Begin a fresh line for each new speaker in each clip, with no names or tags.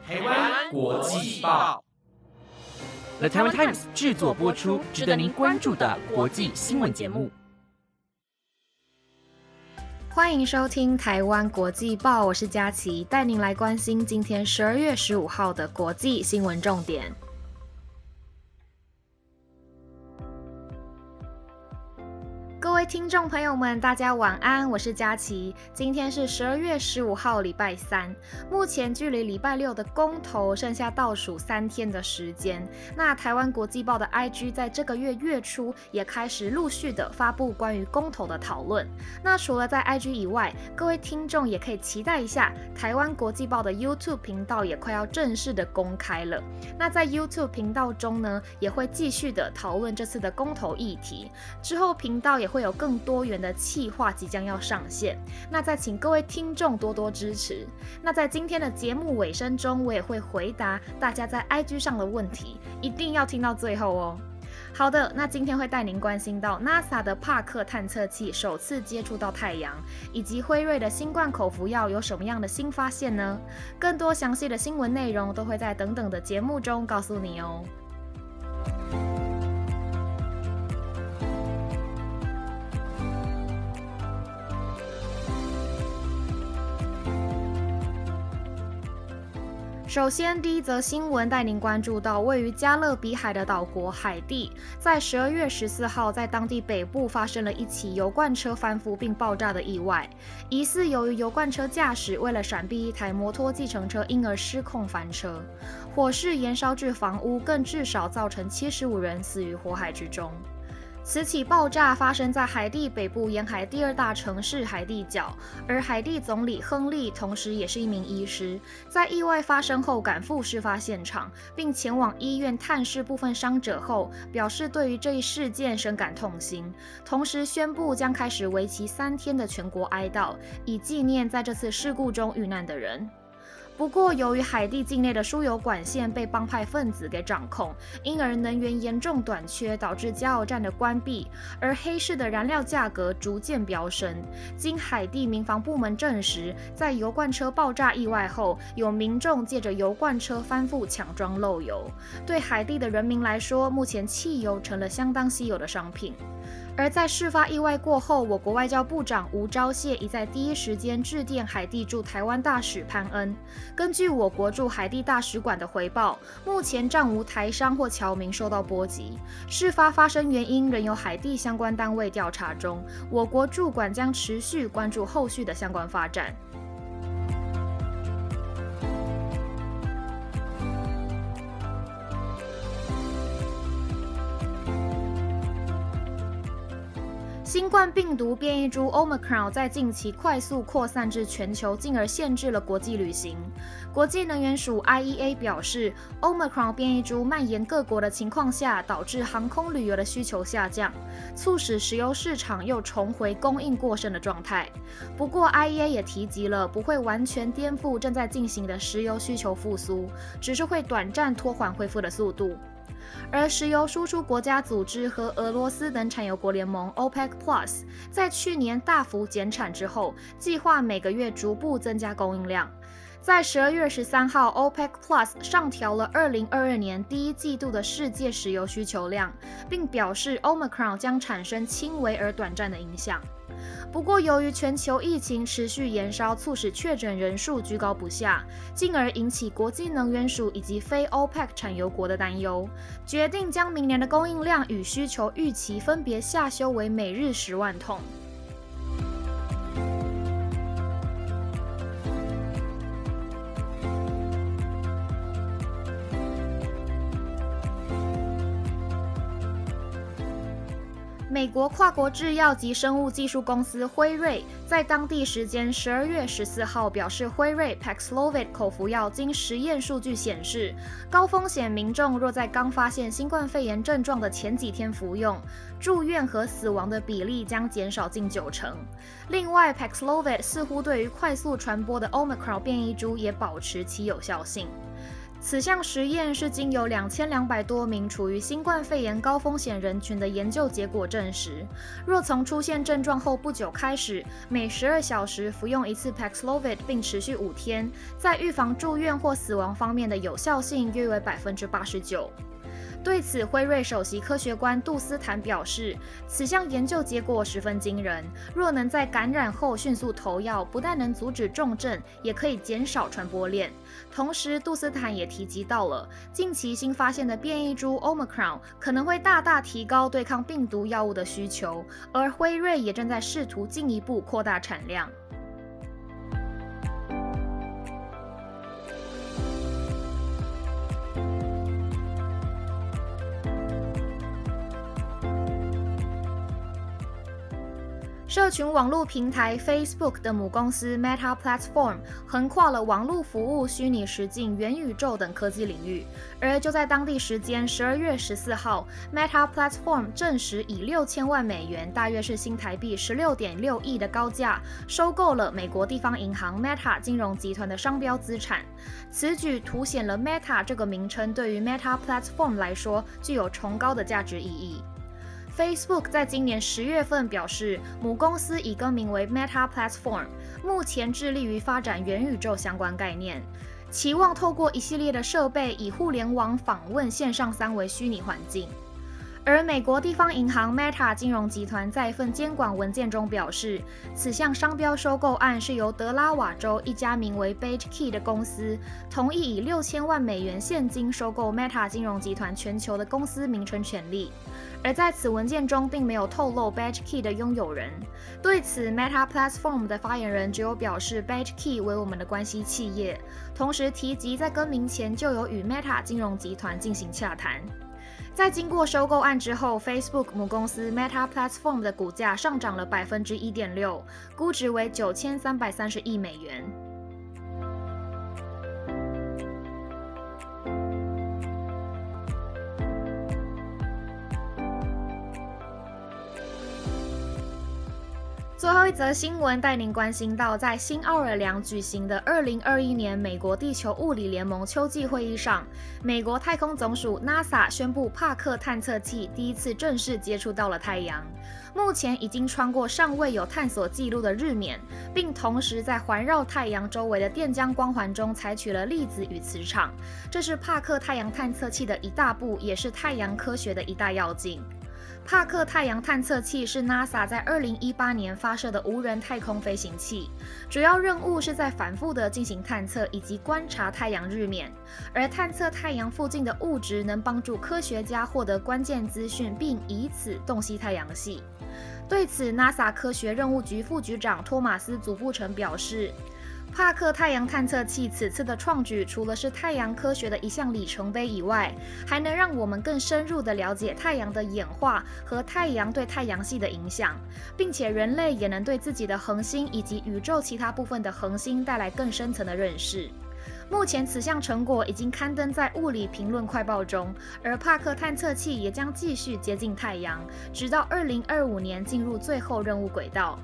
台湾国际报
The Taiwan Times 制作播出，值得您关注的国际新闻节目。
欢迎收听台湾国际报，我是佳琪，带您来关心今天12月15号的国际新闻重点。各位听众朋友们，大家晚安，我是佳琪。今天是12月15号，礼拜三。目前距离礼拜六的公投剩下倒数3天的时间。那台湾国际报的 IG 在这个月月初也开始陆续的发布关于公投的讨论。那除了在 IG 以外，各位听众也可以期待一下，台湾国际报的 YouTube 频道也快要正式的公开了。那在 YouTube 频道中呢，也会继续的讨论这次的公投议题。之后频道也会有更多元的企划即将要上线，那再请各位听众多多支持。那在今天的节目尾声中，我也会回答大家在 IG 上的问题，一定要听到最后哦。好的，那今天会带您关心到 NASA 的帕克探测器首次接触到太阳，以及辉瑞的新冠口服药有什么样的新发现呢？更多详细的新闻内容都会在等等的节目中告诉你哦。首先，第一则新闻带您关注到位于加勒比海的岛国海地，在12月14号在当地北部发生了一起油罐车翻覆并爆炸的意外，疑似由于油罐车驾驶为了闪避一台摩托计程车，因而失控翻车，火势延烧至房屋，更至少造成75人死于火海之中。此起爆炸发生在海地北部沿海第2大城市海地角，而海地总理亨利同时也是一名医师，在意外发生后赶赴事发现场，并前往医院探视部分伤者后，表示对于这一事件深感痛心，同时宣布将开始为期3天的全国哀悼，以纪念在这次事故中遇难的人。不过，由于海地境内的输油管线被帮派分子给掌控，因而能源严重短缺，导致加油站的关闭，而黑市的燃料价格逐渐飙升。经海地民防部门证实，在油罐车爆炸意外后，有民众借着油罐车翻覆抢装漏油。对海地的人民来说，目前汽油成了相当稀有的商品。而在事发意外过后，我国外交部长吴钊燮已在第一时间致电海地驻台湾大使潘恩。根据我国驻海地大使馆的回报，目前暂无台商或侨民受到波及。事发发生原因仍由海地相关单位调查中，我国驻馆将持续关注后续的相关发展。新冠病毒变异株 Omicron 在近期快速扩散至全球，进而限制了国际旅行。国际能源署 IEA 表示 ，Omicron 变异株蔓延各国的情况下，导致航空旅游的需求下降，促使石油市场又重回供应过剩的状态。不过 ，IEA 也提及了不会完全颠覆正在进行的石油需求复苏，只是会短暂拖缓恢复的速度。而石油输出国家组织和俄罗斯等产油国联盟 OPEC Plus 在去年大幅减产之后，计划每个月逐步增加供应量。在12月13号 ，OPEC Plus 上调了2022年第1季度的世界石油需求量，并表示 Omicron 将产生轻微而短暂的影响。不过，由于全球疫情持续延烧，促使确诊人数居高不下，进而引起国际能源署以及非 OPEC 产油国的担忧，决定将明年的供应量与需求预期分别下修为每日10万桶。美国跨国制药及生物技术公司辉瑞在当地时间12月14号表示，辉瑞 Paxlovid 口服药经实验数据显示，高风险民众若在刚发现新冠肺炎症状的前几天服用，住院和死亡的比例将减少近90%。另外 ，Paxlovid 似乎对于快速传播的 Omicron 变异株也保持其有效性。 此项实验是经由2200多名处于新冠肺炎高风险人群的研究结果证实，若从出现症状后不久开始，每12小时服用一次 Paxlovid 并持续5天，在预防住院或死亡方面的有效性约为89%。对此，辉瑞首席科学官杜斯坦表示，此项研究结果十分惊人，若能在感染后迅速投药，不但能阻止重症，也可以减少传播链。同时，杜斯坦也提及到了近期新发现的变异株 Omicron 可能会大大提高对抗病毒药物的需求，而辉瑞也正在试图进一步扩大产量。社群网络平台 Facebook 的母公司 Meta Platform 横跨了网络服务、虚拟实境、元宇宙等科技领域。而就在当地时间12月14号 ，Meta Platform 证实以6000万美元，大约是新台币16.6亿的高价，收购了美国地方银行 Meta 金融集团的商标资产。此举凸显了 Meta 这个名称对于 Meta Platform 来说具有崇高的价值意义。Facebook 在今年10月份表示，母公司已更名为 Meta Platform， 目前致力于发展元宇宙相关概念，期望透过一系列的设备，以互联网访问线上3维虚拟环境。而美国地方银行 Meta 金融集团在一份监管文件中表示，此项商标收购案是由德拉瓦州一家名为 BageKey 的公司同意以6000万美元现金收购 Meta 金融集团全球的公司名称权利。而在此文件中并没有透露 BageKey 的拥有人。对此 ，Meta Platform 的发言人只有表示 BageKey 为我们的关系企业，同时提及在更名前就有与 Meta 金融集团进行洽谈。在经过收购案之后 ，Facebook 母公司 Meta Platform 的股价上涨了1.6%，估值为9330亿美元。最后一则新闻带您关心到，在新奥尔良举行的2021年美国地球物理联盟秋季会议上，美国太空总署 NASA 宣布帕克探测器第一次正式接触到了太阳，目前已经穿过尚未有探索记录的日冕，并同时在环绕太阳周围的电浆光环中采取了粒子与磁场，这是帕克太阳探测器的一大步，也是太阳科学的一大要进。帕克太阳探测器是 NASA 在2018年发射的无人太空飞行器，主要任务是在反复的进行探测以及观察太阳日冕，而探测太阳附近的物质能帮助科学家获得关键资讯，并以此洞悉太阳系。对此 ，NASA 科学任务局副局长托马斯·祖布城表示，帕克太阳探测器此次的创举，除了是太阳科学的一项里程碑以外，还能让我们更深入地了解太阳的演化和太阳对太阳系的影响，并且人类也能对自己的恒星以及宇宙其他部分的恒星带来更深层的认识。目前此项成果已经刊登在物理评论快报中，而帕克探测器也将继续接近太阳，直到2025年进入最后任务轨道。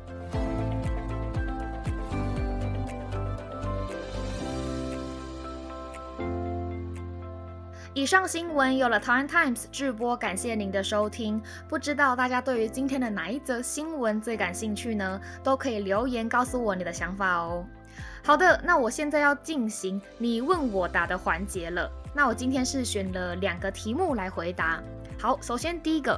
以上新闻由了台湾 Times 制播，感谢您的收听。不知道大家对于今天的哪一则新闻最感兴趣呢？都可以留言告诉我你的想法哦。好的，那我现在要进行你问我答的环节了。那我今天是选了2个题目来回答。好，首先第一个，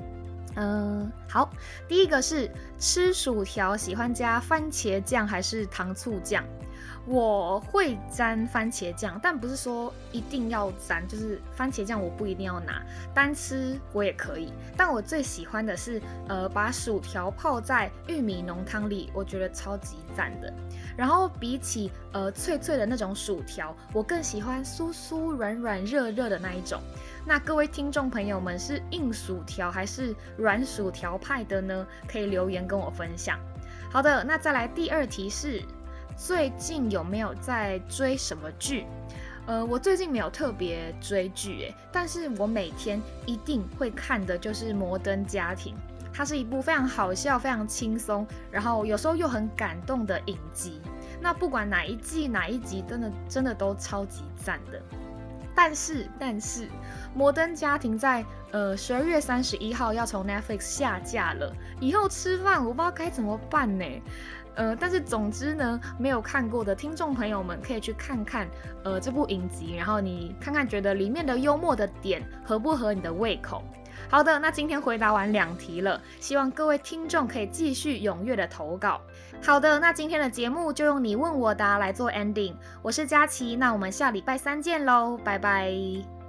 第一个是吃薯条喜欢加番茄酱还是糖醋酱？我会沾番茄酱，但不是说一定要沾，就是番茄酱我不一定要拿，单吃我也可以。但我最喜欢的是，把薯条泡在玉米浓汤里，我觉得超级赞的。然后比起脆脆的那种薯条，我更喜欢酥酥软软热热的那一种。那各位听众朋友们是硬薯条还是软薯条派的呢？可以留言跟我分享。好的，那再来第2题是，最近有没有在追什么剧？我最近没有特别追剧，但是我每天一定会看的就是《摩登家庭》，它是一部非常好笑、非常轻松，然后有时候又很感动的影集。 那不管哪一季哪一集，真的都超级赞的。但是，《摩登家庭》在12月31号要从 Netflix 下架了，以后吃饭我不知道该怎么办呢。但是总之呢，没有看过的听众朋友们可以去看看这部影集，然后你看看觉得里面的幽默的点合不合你的胃口。好的，那今天回答完2题了，希望各位听众可以继续踊跃的投稿。好的，那今天的节目就用你问我答来做 ending， 我是佳琪，那我们下礼拜3见咯，拜拜。